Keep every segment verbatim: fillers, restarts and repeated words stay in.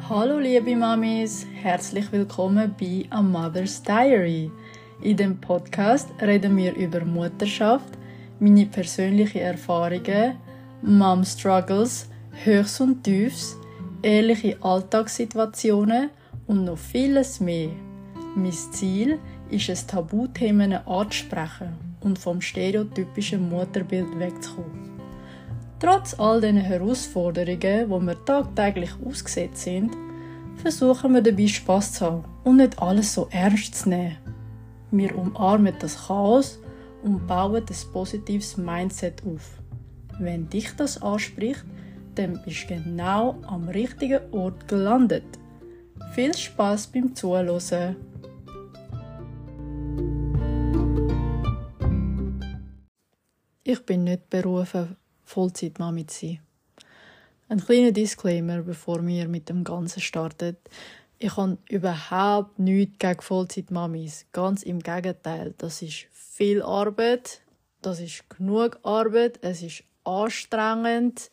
Hallo liebe Mamis, herzlich willkommen bei A Mother's Diary. In dem Podcast reden wir über Mutterschaft, meine persönlichen Erfahrungen, Mom Struggles, Höchst und Tiefs, ehrliche Alltagssituationen und noch vieles mehr. Mein Ziel ist es, Tabuthemen anzusprechen und vom stereotypischen Mutterbild wegzukommen. Trotz all diesen Herausforderungen, die wir tagtäglich ausgesetzt sind, versuchen wir dabei Spass zu haben und nicht alles so ernst zu nehmen. Wir umarmen das Chaos und bauen ein positives Mindset auf. Wenn dich das anspricht, dann bist du genau am richtigen Ort gelandet. Viel Spass beim Zuhören! Ich bin nicht berufen, Vollzeit-Mami zu sein. Ein kleiner Disclaimer, bevor wir mit dem Ganzen starten. Ich habe überhaupt nichts gegen Vollzeit-Mamis. Ganz im Gegenteil. Das ist viel Arbeit. Das ist genug Arbeit. Es ist anstrengend.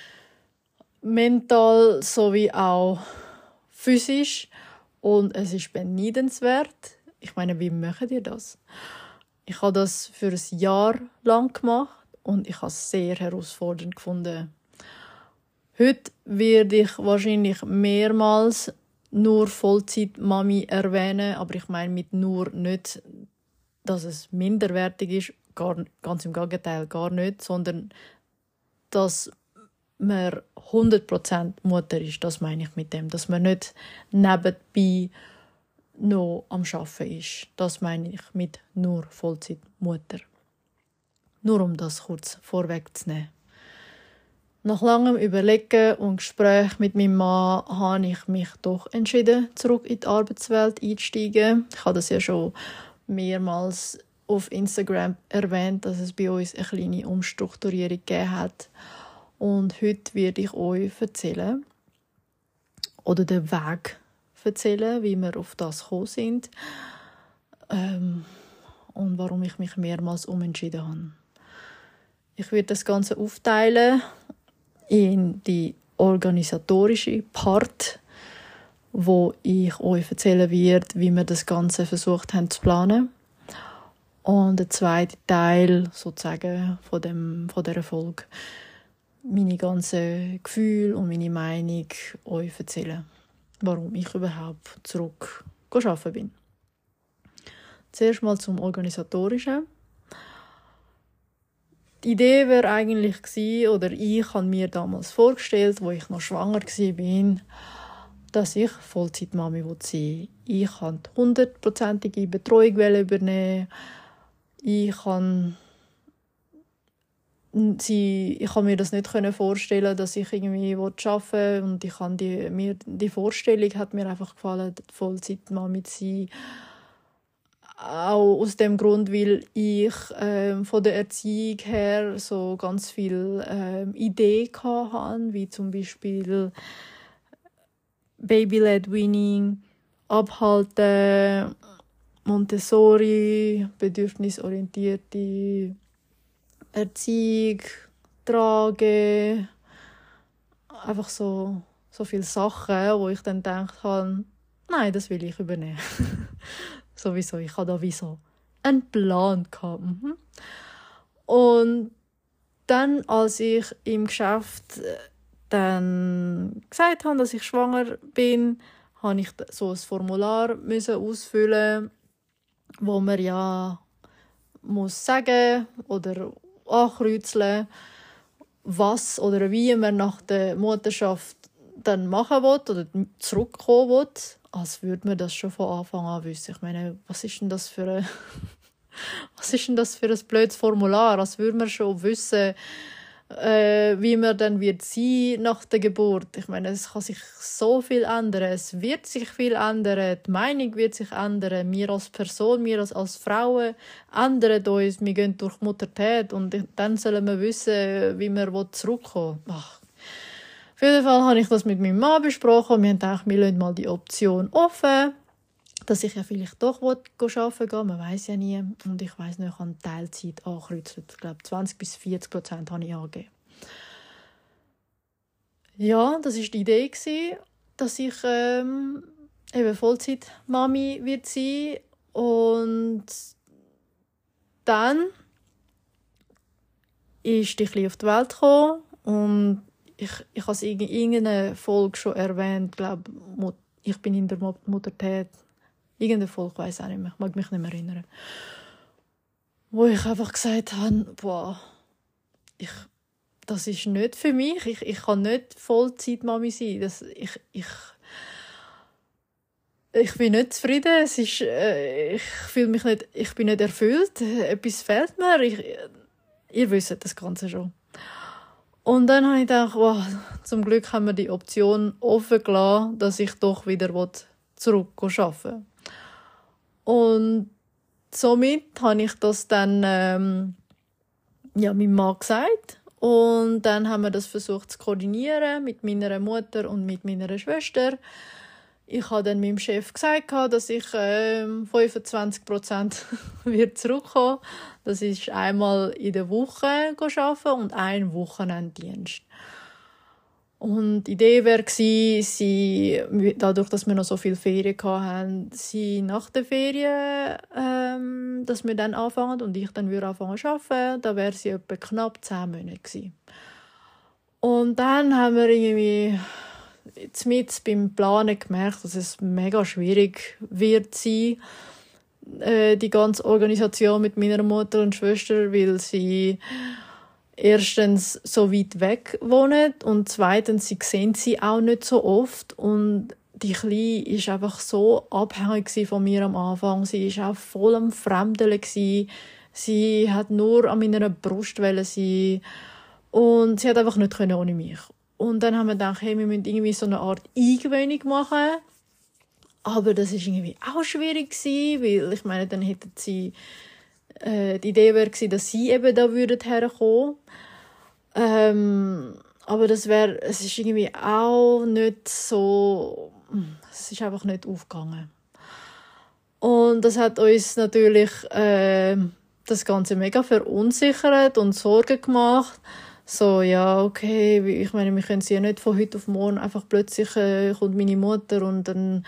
Mental sowie auch physisch. Und es ist beneidenswert. Ich meine, wie macht ihr das? Ich habe das für ein Jahr lang gemacht. Und ich habe es sehr herausfordernd gefunden. Heute werde ich wahrscheinlich mehrmals nur Vollzeit-Mami erwähnen, aber ich meine mit nur nicht, dass es minderwertig ist, gar, ganz im Gegenteil, gar nicht, sondern dass man hundert Prozent Mutter ist, das meine ich mit dem, dass man nicht nebenbei noch am Arbeiten ist. Das meine ich mit nur Vollzeit-Mutter. Nur um das kurz vorwegzunehmen. Nach langem Überlegen und Gespräch mit meinem Mann habe ich mich doch entschieden, zurück in die Arbeitswelt einzusteigen. Ich habe das ja schon mehrmals auf Instagram erwähnt, dass es bei uns eine kleine Umstrukturierung gegeben hat. Und heute werde ich euch erzählen, oder den Weg erzählen, wie wir auf das gekommen sind ähm, und warum ich mich mehrmals umentschieden habe. Ich werde das Ganze aufteilen in die organisatorische Part, wo ich euch erzählen werde, wie wir das Ganze versucht haben zu planen. Und der zweite Teil sozusagen von, dem, von dieser Folge, meine ganzen Gefühle und meine Meinung euch erzählen, warum ich überhaupt zurück arbeiten bin. Zuerst mal zum Organisatorischen. Die Idee wäre eigentlich gewesen, oder ich habe mir damals vorgestellt, wo ich noch schwanger war, dass ich Vollzeitmami sein will. Ich wollte die hundertprozentige Betreuung übernehmen. Ich kann sie, ich kann mir das nicht vorstellen, dass ich irgendwie arbeiten will. Und ich kann die, mir, die Vorstellung hat mir einfach gefallen, Vollzeitmami zu sein. Auch aus dem Grund, weil ich ähm, von der Erziehung her so ganz viele ähm, Ideen hatte, wie zum Beispiel Baby-led Weaning, Abhalten, Montessori, bedürfnisorientierte Erziehung, Tragen, einfach so, so viele Sachen, wo ich dann gedacht habe, nein, das will ich übernehmen. Sowieso, ich hatte da wie so einen Plan gehabt. Mhm. Und dann, als ich im Geschäft dann gesagt habe, dass ich schwanger bin, habe ich so ein Formular müssen ausfüllen, wo man ja muss sagen oder ankreuzeln, was oder wie man nach der Mutterschaft dann machen will oder zurückkommen will. Als würde man das schon von Anfang an wissen. Ich meine, was ist denn das für ein, was ist denn das für ein blödes Formular? Als würde man schon wissen, äh, wie man dann wird sein nach der Geburt. Ich meine, es kann sich so viel ändern. Es wird sich viel ändern. Die Meinung wird sich ändern. Wir als Person, wir als, als Frauen ändern uns. Wir gehen durch Muttertät und dann sollen wir wissen, wie wir zurückkommen will. Ach. Auf jeden Fall habe ich das mit meinem Mann besprochen. Wir haben gedacht, wir lassen mal die Option offen, dass ich ja vielleicht doch arbeiten gehen. Man weiß ja nie. Und ich weiss nicht, ich habe Teilzeit angekreuzt. Ich glaube, zwanzig bis vierzig Prozent habe ich angegeben. Ja, das war die Idee. dass ich ähm, eben Vollzeit-Mami wird sein. Und dann ist die Kleine auf die Welt gekommen und ich, ich habe es in irgendeiner Folge schon erwähnt, glaube ich bin in der Muttertät. Irgendeine Folge, ich weiss auch nicht mehr, ich mag mich nicht mehr erinnern. Wo ich einfach gesagt habe, boah, ich, das ist nicht für mich, ich, ich kann nicht Vollzeit-Mami sein. Das, ich, ich, ich bin nicht zufrieden, es ist, äh, ich fühle mich nicht, ich bin nicht erfüllt, etwas fehlt mir, ich, ihr wisst das Ganze schon. Und dann habe ich gedacht, wow, zum Glück haben wir die Option offen gelassen, dass ich doch wieder zurück arbeiten will. Und somit habe ich das dann ähm, ja, meinem Mann gesagt. Und dann haben wir das versucht zu koordinieren mit meiner Mutter und mit meiner Schwester. Ich habe dann meinem Chef gesagt, dass ich ähm, fünfundzwanzig Prozent wird zurückkommen. Das ist einmal in der Woche arbeiten und ein Wochenenddienst. Und die Idee wäre gewesen, sie, dadurch, dass wir noch so viele Ferien hatten, sie nach der Ferien, ähm, dass wir dann anfangen und ich dann würde anfangen zu arbeiten. Da wäre sie etwa knapp zehn Monate gewesen. Und dann haben wir irgendwie mit beim Planen gemerkt, dass es mega schwierig wird sein, äh, die ganze Organisation mit meiner Mutter und Schwester, weil sie erstens so weit weg wohnen und zweitens sie sehen sie auch nicht so oft und die Kleine ist einfach so abhängig von mir am Anfang. Sie ist auch voll am Fremdeln gsi. Sie hat nur an meiner Brust sein und sie hat einfach nicht können ohne mich. Und dann haben wir gedacht, hey, wir müssen irgendwie so eine Art Eingewöhnung machen. Aber das war irgendwie auch schwierig gewesen, weil ich meine, dann hätten sie, äh, die Idee wäre gewesen, dass sie eben da würden herkommen. Ähm, aber das wäre, es ist irgendwie auch nicht so, es ist einfach nicht aufgegangen. Und das hat uns natürlich, äh, das Ganze mega verunsichert und Sorgen gemacht. So, ja, okay, ich meine, wir können sie ja nicht von heute auf morgen einfach plötzlich äh, kommt meine Mutter und dann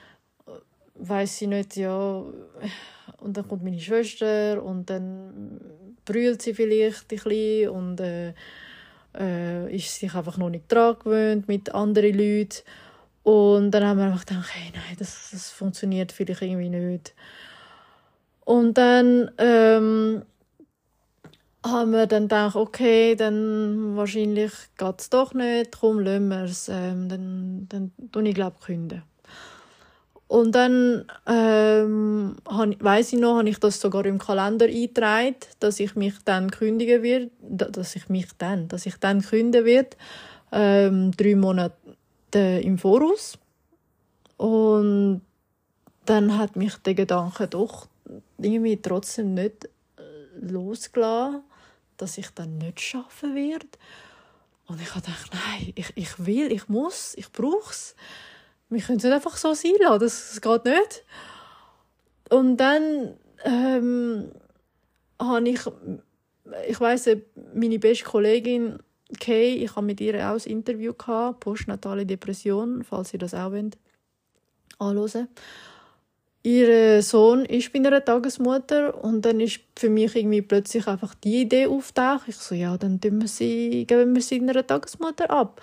weiss sie nicht, ja, und dann kommt meine Schwester und dann brüllt sie vielleicht ein bisschen und äh, äh, ist sich einfach noch nicht dran gewöhnt mit anderen Leuten. Und dann haben wir einfach gedacht, hey, nein, das, das funktioniert vielleicht irgendwie nicht. Und dann ähm, haben wir dann gedacht, okay, dann wahrscheinlich geht es doch nicht, komm, lassen wir es, ähm, dann, dann tue ich, glaube ich, künden. Und dann ähm, weiss ich noch, habe ich das sogar im Kalender eingetragen, dass ich mich dann kündigen wird, dass ich mich dann, dass ich dann kündigen wird, ähm, drei Monate im Voraus. Und dann hat mich der Gedanke doch irgendwie trotzdem nicht losgelassen, dass ich dann nicht schaffen werde. Und ich habe gedacht, nein, ich, ich will, ich muss, ich brauche es. Wir können es nicht einfach so sein lassen, das, das geht nicht. Und dann ähm, habe ich, ich weiss, meine beste Kollegin Kay, ich habe mit ihr auch ein Interview gehabt, postnatale Depression, falls ihr das auch wollt, anhören. Ihr Sohn ist bei einer Tagesmutter und dann ist für mich irgendwie plötzlich einfach die Idee auftaucht. Ich so, ja, dann tun wir sie, geben wir sie einer Tagesmutter ab.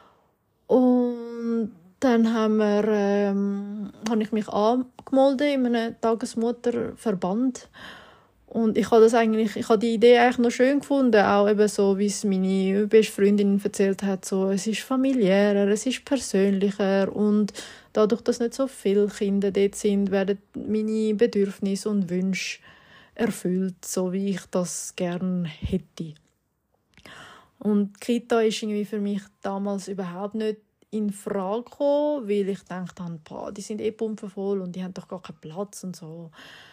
Und dann haben wir, ähm, habe ich mich angemeldet in einem Tagesmutterverband. Und ich habe das eigentlich, ich habe die Idee eigentlich noch schön gefunden, auch eben so, wie es meine beste Freundin erzählt hat, so, es ist familiärer, es ist persönlicher und dadurch, dass nicht so viele Kinder dort sind, werden meine Bedürfnisse und Wünsche erfüllt, so wie ich das gerne hätte. Und die Kita ist irgendwie für mich damals überhaupt nicht in Frage gekommen, weil ich dachte, boah, die sind eh pumpenvoll und die haben doch gar keinen Platz und so.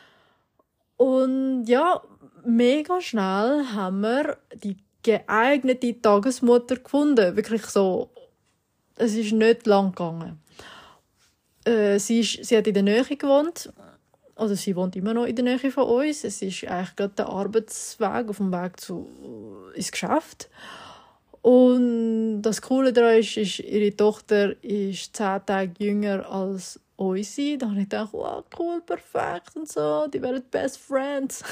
Und ja, mega schnell haben wir die geeignete Tagesmutter gefunden. Wirklich so, es ist nicht lang gegangen. Äh, sie, ist, sie hat in der Nähe gewohnt, also sie wohnt immer noch in der Nähe von uns. Es ist eigentlich gerade der Arbeitsweg auf dem Weg zu, ins Geschäft. Und das Coole daran ist, ist, ihre Tochter ist zehn Tage jünger als unsere. Da habe ich gedacht, wow, cool, perfekt und so, die werden Best Friends.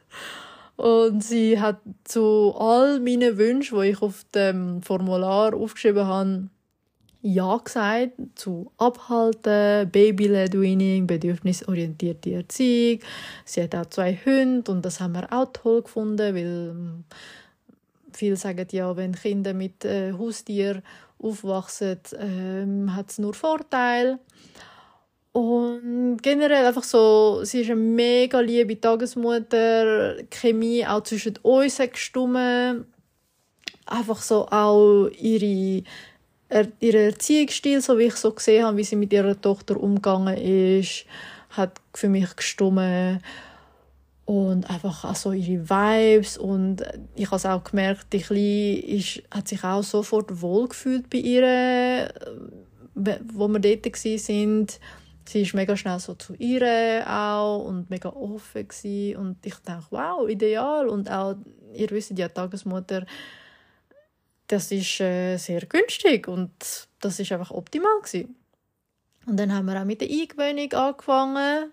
Und sie hat zu all meinen Wünschen, die ich auf dem Formular aufgeschrieben habe, ja gesagt. Zu Abhalten, Baby-led-Weaning, bedürfnisorientierte Erziehung. Sie hat auch zwei Hunde und das haben wir auch toll gefunden, weil viele sagen ja, wenn Kinder mit äh, Haustieren aufwachsen, ähm, hat es nur Vorteile. Und generell einfach so, sie ist eine mega liebe Tagesmutter. Die Chemie auch zwischen uns hat gestimmt. Einfach so auch ihre, er, ihr Erziehungsstil, so wie ich so gesehen habe, wie sie mit ihrer Tochter umgegangen ist, hat für mich gestimmt. Und einfach auch so ihre Vibes. Und ich habe es auch gemerkt, die Kleine ist, hat sich auch sofort wohlgefühlt bei ihr, wo wir dort waren. Sie ist mega schnell so zu ihr auch und mega offen gewesen. Und ich dachte, wow, ideal. Und auch, ihr wisst ja, Tagesmutter, das ist äh, sehr günstig und das ist einfach optimal gewesen. Und dann haben wir auch mit der Eingewöhnung angefangen.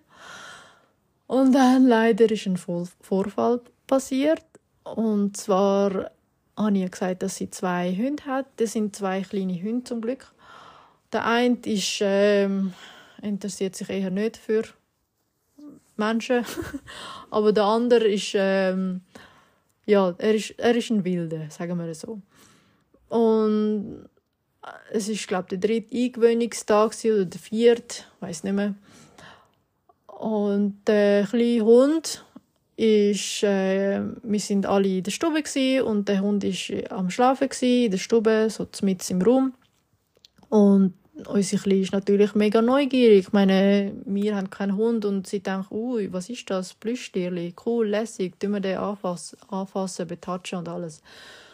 Und dann leider ist ein Vorfall passiert. Und zwar habe ich gesagt, dass sie zwei Hunde hat. Das sind zwei kleine Hunde zum Glück. Der eine ist, ähm, interessiert sich eher nicht für Menschen. Aber der andere ist, ähm, ja, er ist, er ist ein Wilder, sagen wir so. Und es ist, glaube ich, der dritte Eingewöhnungstag oder der vierte, ich weiss nicht mehr. Und der kleine Hund ist, äh, wir sind alle in der Stube gewesen, und der Hund war am Schlafen gewesen, in der Stube, so mitten im Raum. Und unsere Kleine ist natürlich mega neugierig. Ich meine, wir haben keinen Hund und sie denkt, ui, was ist das? Plüschtierli, cool, lässig, tun wir den anfassen, anfassen, betatschen und alles.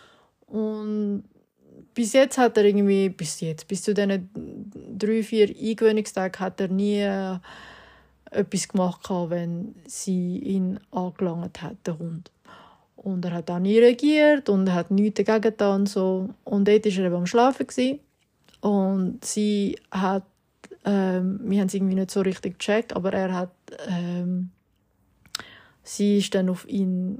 Und bis jetzt hat er irgendwie, bis jetzt, bis zu diesen drei, vier Eingewöhnungstagen hat er nie äh, etwas gemacht, wenn sie ihn angelangt hat, der Hund. Und er hat auch nie reagiert und er hat nichts dagegen getan. Und, so. Und dort war er eben am Schlafen gewesen. Und sie hat, ähm, wir haben es irgendwie nicht so richtig gecheckt, aber er hat, ähm, sie ist dann auf ihn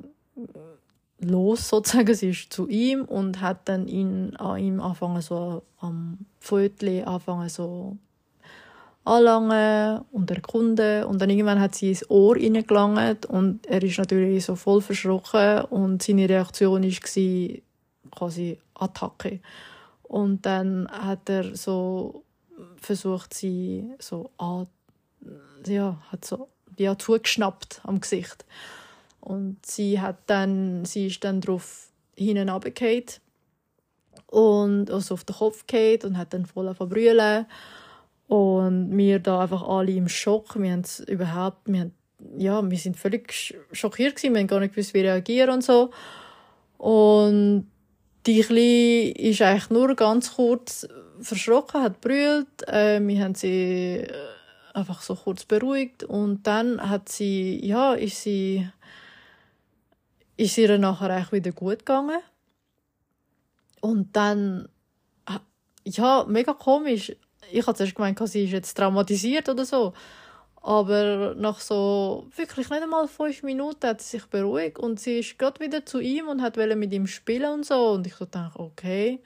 los, sozusagen, sie ist zu ihm und hat dann ihn an ihm angefangen, so am Pfötchen angefangen, so anlangen und erkunden. Und dann irgendwann hat sie ins Ohr reingelangt und er ist natürlich so voll verschrocken und seine Reaktion war quasi Attacke. Und dann hat er so versucht, sie so an, ja, hat so ja, zugeschnappt am Gesicht. Und sie hat dann, sie ist dann drauf hinten runtergefallen und also auf den Kopf gefallen und hat dann voll verbrüllen. Und wir da einfach alle im Schock. Wir haben es überhaupt, wir haben, ja, wir sind völlig schockiert gewesen. Wir haben gar nicht gewusst, wie reagieren und so. Und die Kleine ist eigentlich nur ganz kurz verschrocken, hat brüllt. Äh, wir haben sie einfach so kurz beruhigt und dann hat sie, ja, ist sie, ist ihr nachher eigentlich wieder gut gegangen. Und dann, ja, mega komisch. Ich habe zuerst gemeint, sie ist jetzt traumatisiert oder so. Aber nach so wirklich nicht einmal fünf Minuten hat sie sich beruhigt und sie ist gerade wieder zu ihm und hat mit ihm spielen und so. Und ich so dachte, okay.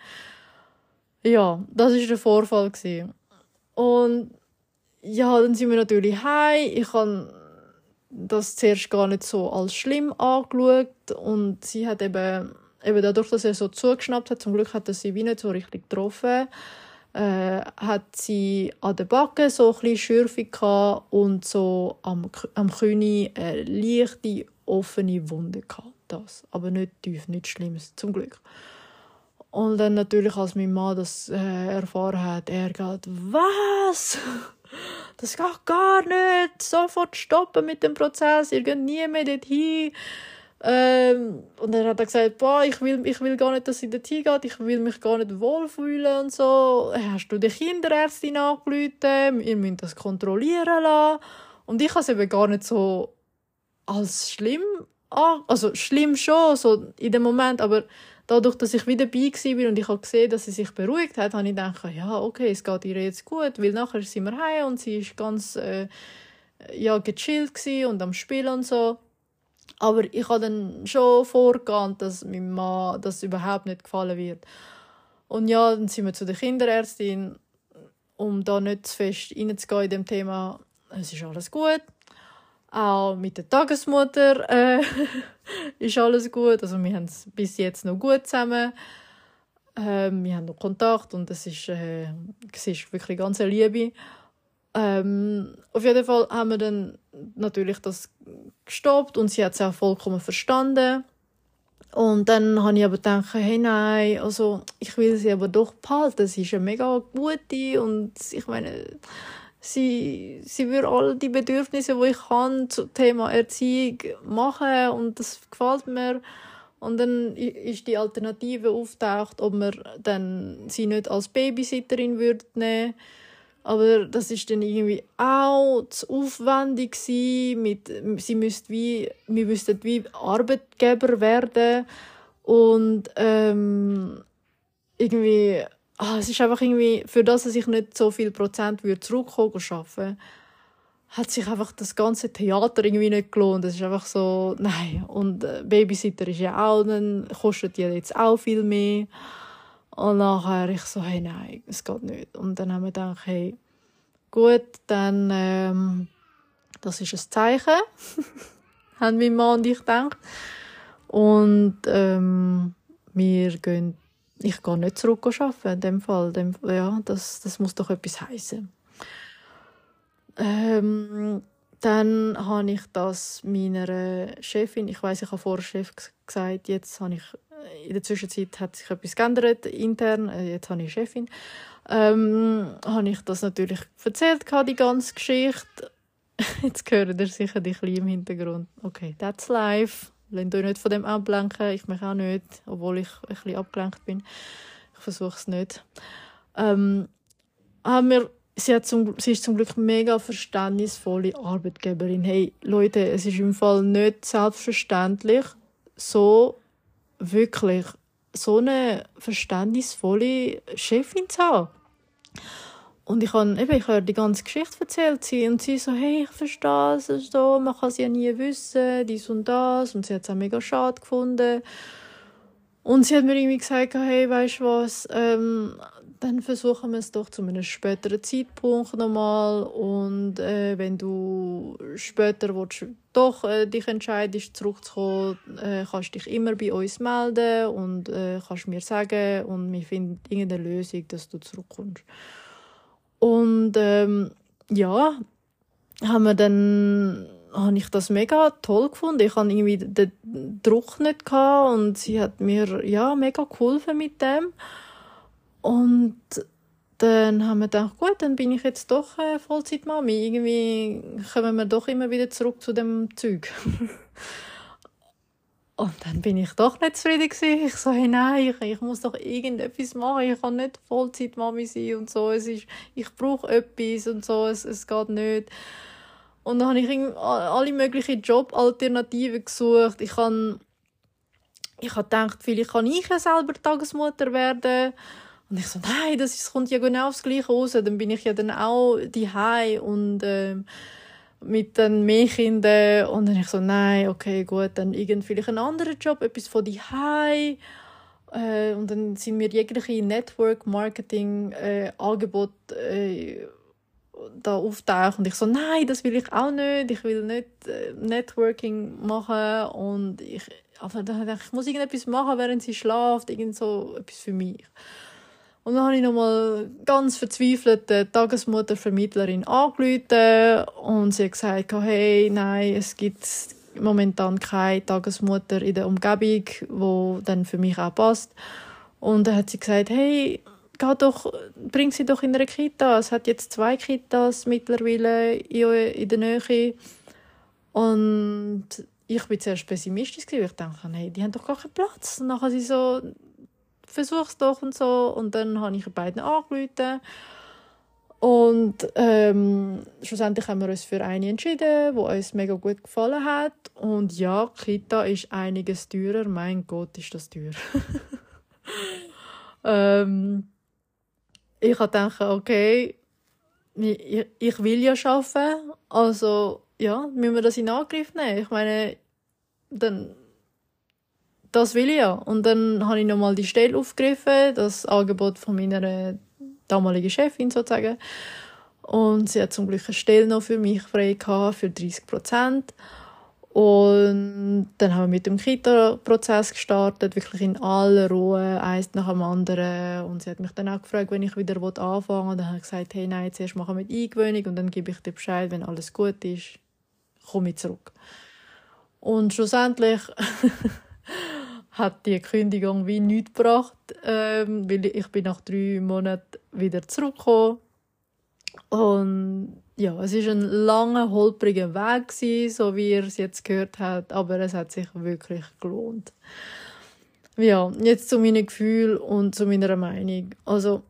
Ja, das war der Vorfall gewesen. Und ja, dann sind wir natürlich heim. Ich habe das zuerst gar nicht so als schlimm angeschaut. Und sie hat eben, eben dadurch, dass er so zugeschnappt hat, zum Glück hat er sie wie nicht so richtig getroffen, äh, hat sie an der Backe so ein bisschen Schürfung gehabt und so am, am Knie eine leichte, offene Wunde gehabt. Das. Aber nicht tief, nichts Schlimmes, zum Glück. Und dann natürlich, als mein Mann das äh, erfahren hat, er geht, was? Das geht gar nicht. Sofort stoppen mit dem Prozess. Ihr geht nie mehr dorthin. Ähm, und dann hat er gesagt, boah, ich will, ich will gar nicht, dass sie dorthin geht. Ich will mich gar nicht wohlfühlen und so. Hast du die Kinderärztin angerufen? Ihr müsst das kontrollieren lassen. Und ich habe es eben gar nicht so als schlimm ah, also schlimm schon, so in dem Moment, aber dadurch, dass ich wieder dabei war und ich habe gesehen, dass sie sich beruhigt hat, habe ich gedacht, ja, okay, es geht ihr jetzt gut, weil nachher sind wir heim und sie ist ganz äh, ja, gechillt und am Spielen und so. Aber ich habe dann schon vorgeahnt, dass meinem Mann das überhaupt nicht gefallen wird. Und ja, dann sind wir zu der Kinderärztin, um da nicht zu fest reinzugehen in dem Thema. Es ist alles gut. Auch mit der Tagesmutter äh, ist alles gut. Also wir haben es bis jetzt noch gut zusammen. Ähm, wir haben noch Kontakt und es ist, äh, es ist wirklich ganz eine Liebe. Ähm, auf jeden Fall haben wir dann natürlich das gestoppt und sie hat es auch vollkommen verstanden. Und dann habe ich aber gedacht, hey, nein, also ich will sie aber doch behalten. Sie ist eine mega gute und ich meine, sie, sie würde all die Bedürfnisse, die ich kann, zum Thema Erziehung machen und das gefällt mir. Und dann ist die Alternative auftaucht, ob man dann sie nicht als Babysitterin würde nehmen. Aber das ist dann irgendwie auch zu aufwendig gewesen. Mit, sie müsste wie, wir müssten wie Arbeitgeber werden. Und ähm, irgendwie, ah, es ist einfach irgendwie, für das, dass ich nicht so viel Prozent würde zurückkommen arbeiten, hat sich einfach das ganze Theater irgendwie nicht gelohnt. Es ist einfach so, nein. Und äh, Babysitter ist ja auch, dann kostet ja jetzt auch viel mehr. Und nachher ich so, hey, nein, es geht nicht. Und dann haben wir gedacht, hey, gut, dann, ähm, das ist ein Zeichen, haben mein Mann und ich gedacht. Und ähm, wir gehen, ich gehe nicht zurück arbeiten, in dem Fall. Dem, ja, das, das muss doch etwas heissen. Ähm, dann habe ich das meiner Chefin, ich weiss, ich habe vorher Chef gesagt, jetzt habe ich, in der Zwischenzeit hat sich etwas geändert, intern, jetzt habe ich Chefin, ähm, habe ich das natürlich erzählt, die ganze Geschichte. Jetzt hören ihr sicher die Kleinen im Hintergrund. Okay, that's life. Lasst euch nicht von dem ablenken, ich mich auch nicht, obwohl ich ein bisschen abgelenkt bin. Ich versuche es nicht. Ähm, haben wir Sie, hat zum, sie ist zum Glück eine mega verständnisvolle Arbeitgeberin. Hey, Leute, es ist im Fall nicht selbstverständlich, so wirklich so eine verständnisvolle Chefin zu haben. Und ich habe, eben, ich habe die ganze Geschichte erzählt sie, und sie so, hey, ich verstehe es, so, man kann es ja nie wissen, dies und das. Und sie hat es auch mega schade gefunden. Und sie hat mir irgendwie gesagt, hey, weißt du was, ähm, dann versuchen wir es doch zu einem späteren Zeitpunkt nochmal. Und äh, wenn du später willst, doch äh, dich entscheidest, zurückzukommen, äh, kannst du dich immer bei uns melden und äh, kannst mir sagen, und wir finden irgendeine Lösung, dass du zurückkommst. Und ähm, ja, haben wir dann... habe ich das mega toll gefunden. Ich hatte irgendwie den Druck nicht gehabt und sie hat mir ja mega geholfen mit dem. Und dann haben wir gedacht, gut, dann bin ich jetzt doch äh, Vollzeitmami. Irgendwie kommen wir doch immer wieder zurück zu dem Zeug. Und dann bin ich doch nicht zufrieden gewesen. Ich so, hey, nein, ich, ich muss doch irgendetwas machen. Ich kann nicht Vollzeitmami sein und so. Es ist, ich brauche etwas und so. Es, es geht nicht. Und dann habe ich alle möglichen Jobalternativen gesucht. Ich habe, ich habe gedacht, vielleicht kann ich ja selber Tagesmutter werden. Und ich so, nein, das, ist, das kommt ja genau aufs Gleiche raus. Dann bin ich ja dann auch daheim und äh, mit den mehr Kindern. Und dann ich so, nein, okay, gut, dann irgend vielleicht einen anderen Job, etwas von daheim. Äh, und dann sind mir jegliche Network-Marketing-Angebote äh, da auftauchen und ich so, nein, das will ich auch nicht, ich will nicht äh, Networking machen und ich, also dann dachte ich, ich muss irgendetwas machen, während sie schläft, irgend so etwas für mich. Und dann habe ich nochmal ganz verzweifelt die Tagesmuttervermittlerin angerufen und sie hat gesagt, hey, nein, es gibt momentan keine Tagesmutter in der Umgebung, die dann für mich auch passt. Und dann hat sie gesagt, hey, Geh doch, bring sie doch in eine Kita. Es hat jetzt zwei Kitas mittlerweile in der Nähe. Und ich war zuerst pessimistisch. Ich dachte, hey, die haben doch gar keinen Platz. Und dann habe sie so, versuch's doch und so. Und dann habe ich beiden angerufen. Und ähm, schlussendlich haben wir uns für eine entschieden, die uns mega gut gefallen hat. Und ja, Kita ist einiges teurer. Mein Gott, ist das teuer. ähm, ich habe gedacht, okay, ich, ich will ja arbeiten, also ja, müssen wir das in Angriff nehmen. Ich meine, dann, das will ich ja. Und dann habe ich nochmal die Stelle aufgegriffen, das Angebot von meiner damaligen Chefin sozusagen. Und sie hat zum Glück eine Stelle noch für mich frei gehabt, für dreißig Prozent. Und dann haben wir mit dem Kita-Prozess gestartet, wirklich in aller Ruhe, eins nach dem anderen. Und sie hat mich dann auch gefragt, wenn ich wieder anfangen will. Und dann habe ich gesagt, hey, nein, zuerst machen wir die Eingewöhnung und dann gebe ich dir Bescheid, wenn alles gut ist, komme ich zurück. Und schlussendlich hat die Kündigung wie nichts gebracht, ähm, weil ich bin nach drei Monaten wieder zurückgekommen. Und ja, es war ein langer, holpriger Weg gewesen, so wie ihr es jetzt gehört habt, aber es hat sich wirklich gelohnt. Ja, jetzt zu meinen Gefühlen und zu meiner Meinung. Also,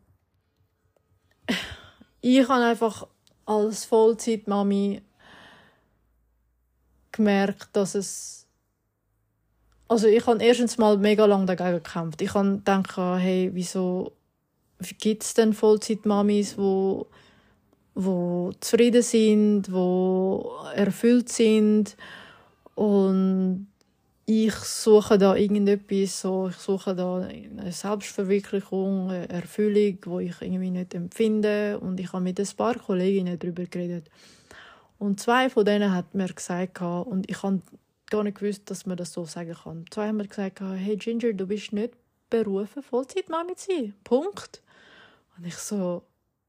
ich habe einfach als Vollzeitmami gemerkt, dass es Also ich habe erstens mal mega lange dagegen gekämpft. Ich habe gedacht, hey, wieso gibt es denn Vollzeitmamis, die wo zufrieden sind, wo erfüllt sind, und ich suche da irgendetwas, so, ich suche da eine Selbstverwirklichung, eine Erfüllung, wo ich irgendwie nicht empfinde, und ich habe mit ein paar Kolleginnen darüber geredet. Und zwei von denen hat mir gesagt, und ich habe gar nicht gewusst, dass man das so sagen kann. Zwei haben mir gesagt, hey Ginger, du bist nicht berufen, Vollzeitmami zu sein. Punkt. Und ich so,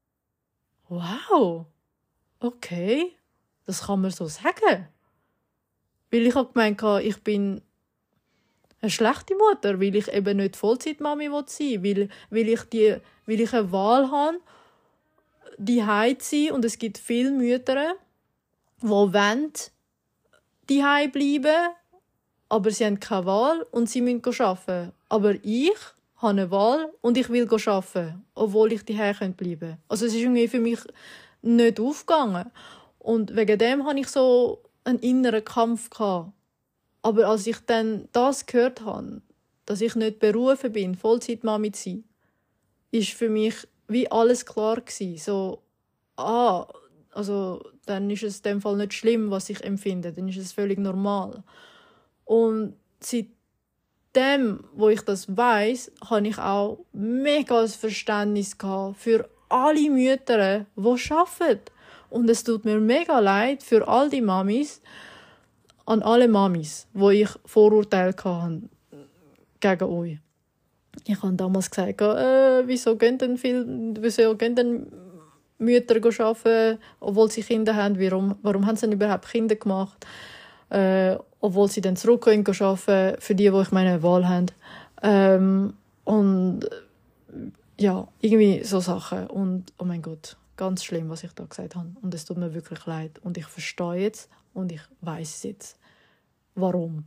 wow, okay, das kann man so sagen. Weil ich habe gemeint, ich bin eine schlechte Mutter, weil ich eben nicht Vollzeitmami sein will, weil, weil, ich die, weil ich eine Wahl habe, die zu sein, und es gibt viele Mütter, die wollen die bleiben, aber sie haben keine Wahl und sie müssen arbeiten. Aber ich habe eine Wahl und ich will arbeiten, obwohl ich daheim bleiben könnte. Also es ist irgendwie für mich nicht aufgegangen. Und wegen dem hatte ich so einen inneren Kampf gehabt. Aber als ich dann das gehört habe, dass ich nicht berufen bin, Vollzeitmami zu sein, ist für mich wie alles klar gewesen. So, ah, also dann ist es in dem Fall nicht schlimm, was ich empfinde. Dann ist es völlig normal. Und seitdem, wo ich das weiss, habe ich auch mega ein Verständnis gehabt für alle Mütter, die arbeiten. Und es tut mir mega leid für all die Mamis, an alle Mamis, wo ich Vorurteile hatte gegen euch. Ich habe damals gesagt, äh, wieso gehen denn viele, wieso gehen denn Mütter arbeiten, obwohl sie Kinder haben? Warum, warum haben sie denn überhaupt Kinder gemacht? Äh, obwohl sie dann zurückgehen arbeiten, für die, die ich meine Wahl haben. Ähm, und ja, irgendwie so Sachen. Und oh mein Gott, ganz schlimm, was ich da gesagt habe. Und es tut mir wirklich leid. Und ich verstehe jetzt und ich weiss jetzt, warum.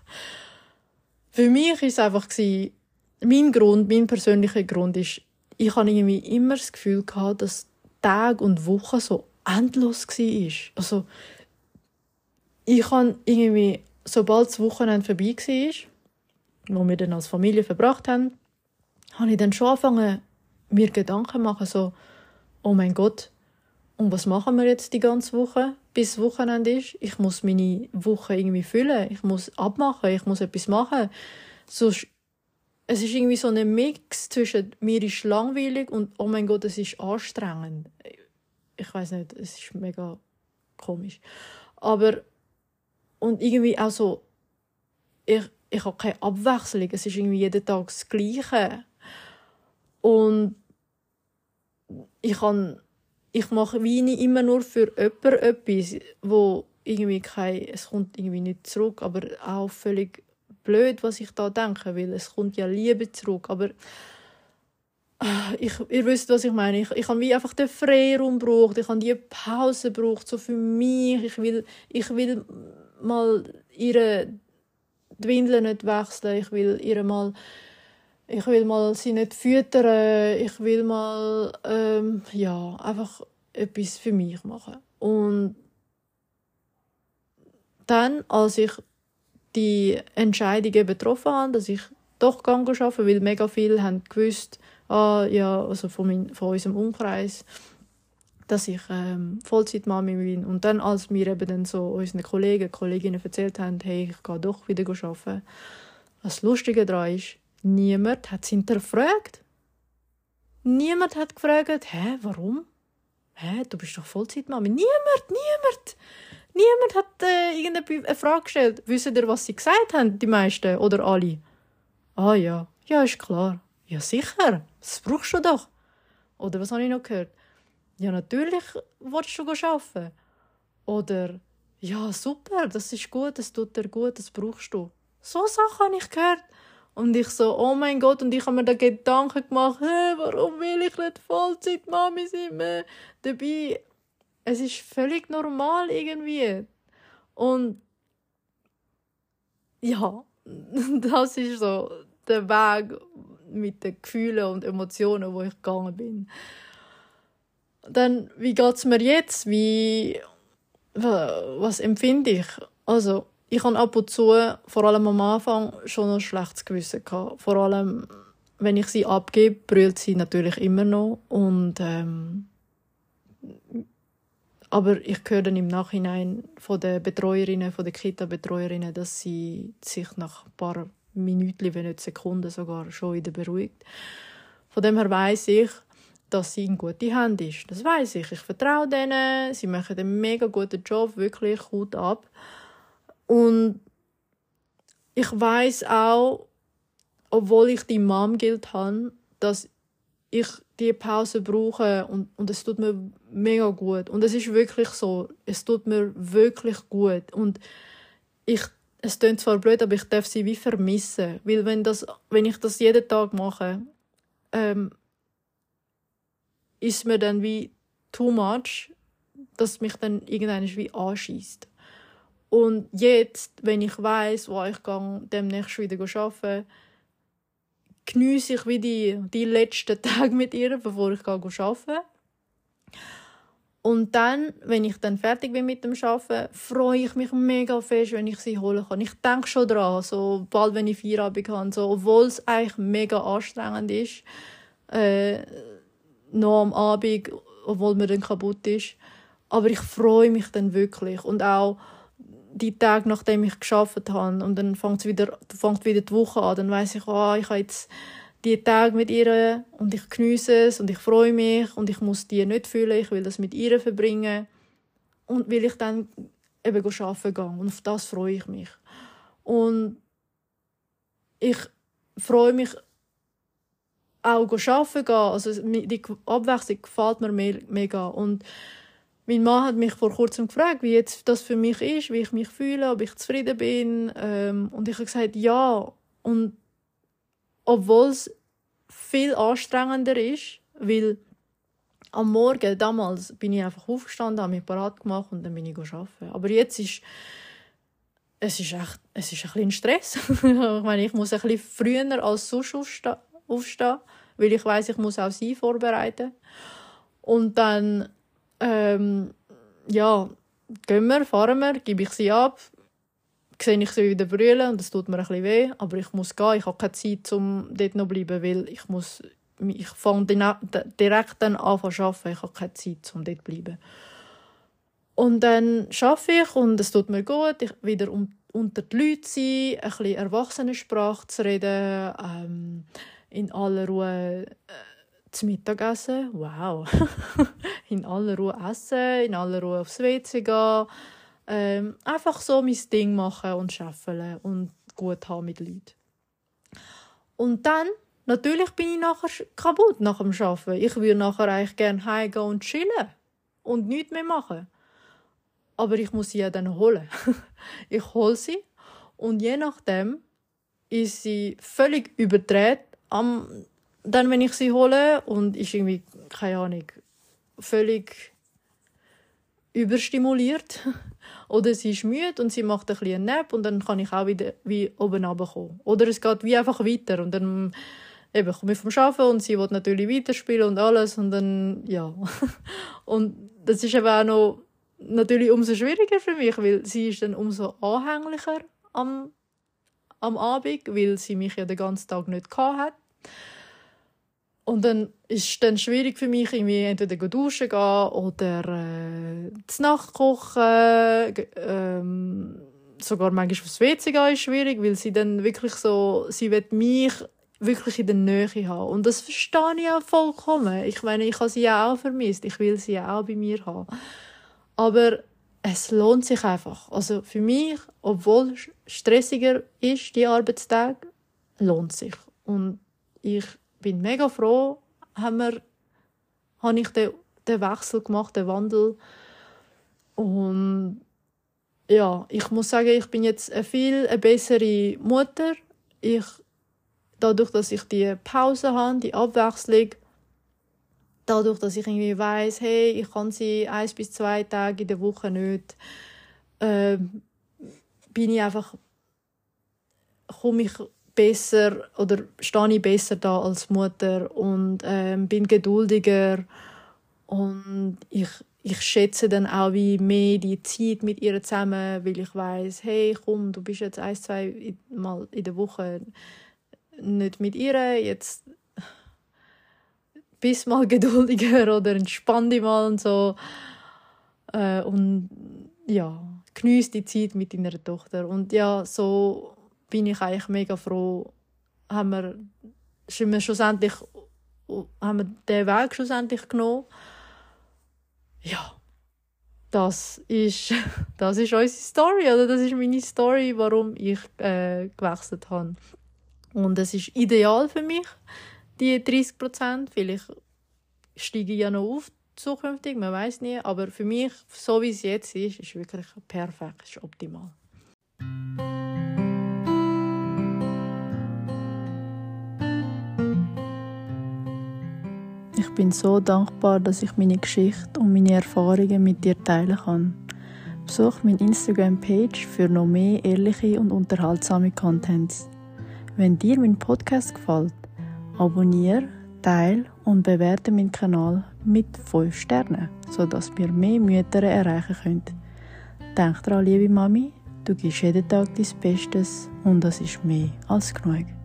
Für mich war es einfach, mein Grund, mein persönlicher Grund ist, ich hatte irgendwie immer das Gefühl gehabt, dass Tage und Wochen so endlos war. Also, ich habe irgendwie, sobald das Wochenende vorbei war, wo wir dann als Familie verbracht haben, habe ich dann schon angefangen, mir Gedanken zu machen, so, oh mein Gott, und was machen wir jetzt die ganze Woche, bis das Wochenende ist? Ich muss meine Woche irgendwie füllen, ich muss abmachen, ich muss etwas machen. So, es ist irgendwie so ein Mix zwischen mir ist langweilig und oh mein Gott, es ist anstrengend. Ich weiß nicht, es ist mega komisch. Aber, und irgendwie auch so, ich, ich habe keine Abwechslung, es ist irgendwie jeden Tag das Gleiche. Und ich kann, ich mache wie nicht immer nur für jemanden etwas, wo irgendwie kein, es kommt irgendwie nicht zurück, aber auch völlig blöd, was ich da denke, weil es kommt ja Liebe zurück, aber ich, ihr wisst, was ich meine. Ich, ich habe wie einfach den Freiraum gebraucht, ich habe die Pause gebraucht, so für mich. Ich will, ich will mal ihre die Windeln nicht wechseln, ich will ihr mal Ich will mal sie nicht füttern. Ich will mal ähm, ja, einfach etwas für mich machen. Und dann, als ich die Entscheidung eben getroffen habe, dass ich doch arbeiten, weil mega viele haben gewusst, ah, ja, also von, mein, von unserem Umkreis, dass ich ähm, Vollzeitmami bin. Und dann, als mir eben dann so unsere Kollegen, Kolleginnen erzählt haben, hey, ich gehe doch wieder arbeiten. Was Lustige daran ist, niemand hat es hinterfragt. Niemand hat gefragt, hä, warum? Hä, du bist doch Vollzeitmami. Niemand, niemand. Niemand hat äh, irgendeine Frage gestellt. Wissen ihr, was sie gesagt haben, die meisten oder alle? Ah ja, ja, ist klar. Ja, sicher, das brauchst du doch. Oder was habe ich noch gehört? Ja, natürlich willst du arbeiten. Oder, ja, super, das ist gut, das tut dir gut, das brauchst du. So Sachen habe ich gehört. Und ich so, oh mein Gott, und ich habe mir da Gedanken gemacht, hey, warum will ich nicht Vollzeitmami sein mehr? Dabei, es ist völlig normal irgendwie. Und ja, das ist so der Weg mit den Gefühlen und Emotionen, wo ich gegangen bin. Dann, wie geht es mir jetzt? Wie, was empfinde ich? Also, ich habe ab und zu, vor allem am Anfang, schon ein schlechtes Gewissen gehabt. Vor allem, wenn ich sie abgebe, brüllt sie natürlich immer noch. Und, ähm, aber ich höre dann im Nachhinein von den Betreuerinnen, von den Kita-Betreuerinnen, dass sie sich nach ein paar Minuten, wenn nicht Sekunden sogar, schon wieder beruhigt. Von dem her weiss ich, dass sie in gute Hände ist. Das weiss ich. Ich vertraue denen. Sie machen einen mega guten Job, wirklich Hut ab. Und ich weiss auch, obwohl ich die Mom-Guilt habe, dass ich diese Pause brauche und, und es tut mir mega gut. Und es ist wirklich so. Es tut mir wirklich gut. Und ich, es klingt zwar blöd, aber ich darf sie wie vermissen. Weil wenn, das, wenn ich das jeden Tag mache, ähm, ist mir dann wie too much, dass mich dann irgendwann wie anschiesst. Und jetzt, wenn ich weiss, wo ich gehe, demnächst wieder arbeiten, geniesse ich wie die, die letzten Tage mit ihr, bevor ich arbeiten. Und dann, wenn ich dann fertig bin mit dem Arbeiten, freue ich mich mega fest, wenn ich sie holen kann. Ich denke schon daran, so bald, wenn ich Feierabend habe, so, obwohl es eigentlich mega anstrengend ist, äh, noch am Abend, obwohl mir dann kaputt ist. Aber ich freue mich dann wirklich. Und auch die Tage, nachdem ich gearbeitet habe, und dann fängt wieder, fängt wieder die Woche an, dann weiss ich, oh, ich habe jetzt die Tage mit ihr und ich geniesse es und ich freue mich und ich muss die nicht fühlen, ich will das mit ihr verbringen und will ich dann eben arbeiten gehen. Und auf das freue ich mich. Und ich freue mich auch arbeiten gehen. Also die Abwechslung gefällt mir mega. Und mein Mann hat mich vor kurzem gefragt, wie jetzt das für mich ist, wie ich mich fühle, ob ich zufrieden bin. Ähm, und ich habe gesagt, ja. Und obwohl es viel anstrengender ist, weil am Morgen, damals, bin ich einfach aufgestanden, habe mich parat gemacht und dann bin ich arbeiten. Aber jetzt ist es ist echt, es ist ein bisschen Stress. Ich meine, ich muss ein bisschen früher als sonst aufstehen, aufstehen weil ich weiss, ich muss auch sie vorbereiten. Und dann Ähm, ja, gehen wir, fahren wir, gebe ich sie ab, sehe ich sie wieder brüllen und es tut mir ein bisschen weh, aber ich muss gehen, ich habe keine Zeit, um dort noch zu bleiben, weil ich muss, ich fange direkt dann an zu arbeiten, ich habe keine Zeit, um dort zu bleiben. Und dann arbeite ich und es tut mir gut, ich wieder um, unter die Leute sein, ein bisschen Erwachsenensprache zu reden, ähm, in aller Ruhe äh, zu Mittagessen, wow, in aller Ruhe essen, in aller Ruhe aufs W C gehen, ähm, einfach so mein Ding machen und scheffeln und gut haben mit Leuten. Und dann, natürlich bin ich nachher kaputt nach dem Arbeiten. Ich würde nachher eigentlich gerne heimgehen und chillen und nichts mehr machen. Aber ich muss sie ja dann holen. Ich hole sie und je nachdem ist sie völlig überdreht am dann, wenn ich sie hole und ist irgendwie, keine Ahnung, völlig überstimuliert oder sie ist müde und sie macht ein bisschen einen Nap und dann kann ich auch wieder wie oben runterkommen. Oder es geht wie einfach weiter und dann eben komme ich vom Arbeiten und sie will natürlich weiterspielen und alles und dann, ja. Und das ist eben auch noch natürlich umso schwieriger für mich, weil sie ist dann umso anhänglicher am, am Abend, weil sie mich ja den ganzen Tag nicht gehabt hat. Und dann ist es dann schwierig für mich, irgendwie entweder duschen gehen oder äh, zu Nacht kochen. Ähm, sogar manchmal aufs W C gehen ist schwierig, weil sie dann wirklich so, sie will mich wirklich in der Nähe haben. Und das verstehe ich auch vollkommen. Ich meine, ich habe sie ja auch vermisst. Ich will sie ja auch bei mir haben. Aber es lohnt sich einfach. Also für mich, obwohl es stressiger ist, die Arbeitstage, lohnt sich. Und ich bin mega froh, haben wir, habe ich den, den Wechsel gemacht, den Wandel. Und ja, ich muss sagen, ich bin jetzt eine viel eine bessere Mutter. Ich, dadurch, dass ich die Pause habe, die Abwechslung, dadurch, dass ich irgendwie weiss, hey, ich kann sie eins bis zwei Tage in der Woche nicht, äh, bin ich einfach, komme ich besser oder stehe ich besser da als Mutter und äh, bin geduldiger und ich, ich schätze dann auch wie mehr die Zeit mit ihr zusammen, weil ich weiss, hey, komm, du bist jetzt ein, zwei Mal in der Woche nicht mit ihr, jetzt bist mal geduldiger oder entspann dich mal und so. Äh, und ja, geniesse die Zeit mit deiner Tochter. Und ja, so bin ich eigentlich mega froh, haben wir, sind wir schlussendlich, haben wir den Weg schlussendlich genommen. Ja, das ist, das ist unsere Story, oder das ist meine Story, warum ich äh, gewechselt habe. Und es ist ideal für mich, die dreißig Prozent. Vielleicht steige ich ja noch auf zukünftig, man weiß nie. Aber für mich, so wie es jetzt ist, ist wirklich perfekt, ist optimal. Ich bin so dankbar, dass ich meine Geschichte und meine Erfahrungen mit dir teilen kann. Besuch meine Instagram-Page für noch mehr ehrliche und unterhaltsame Contents. Wenn dir mein Podcast gefällt, abonniere, teile und bewerte meinen Kanal mit fünf Sternen, sodass wir mehr Mütter erreichen können. Denk daran, liebe Mami, du gibst jeden Tag dein Bestes und das ist mehr als genug.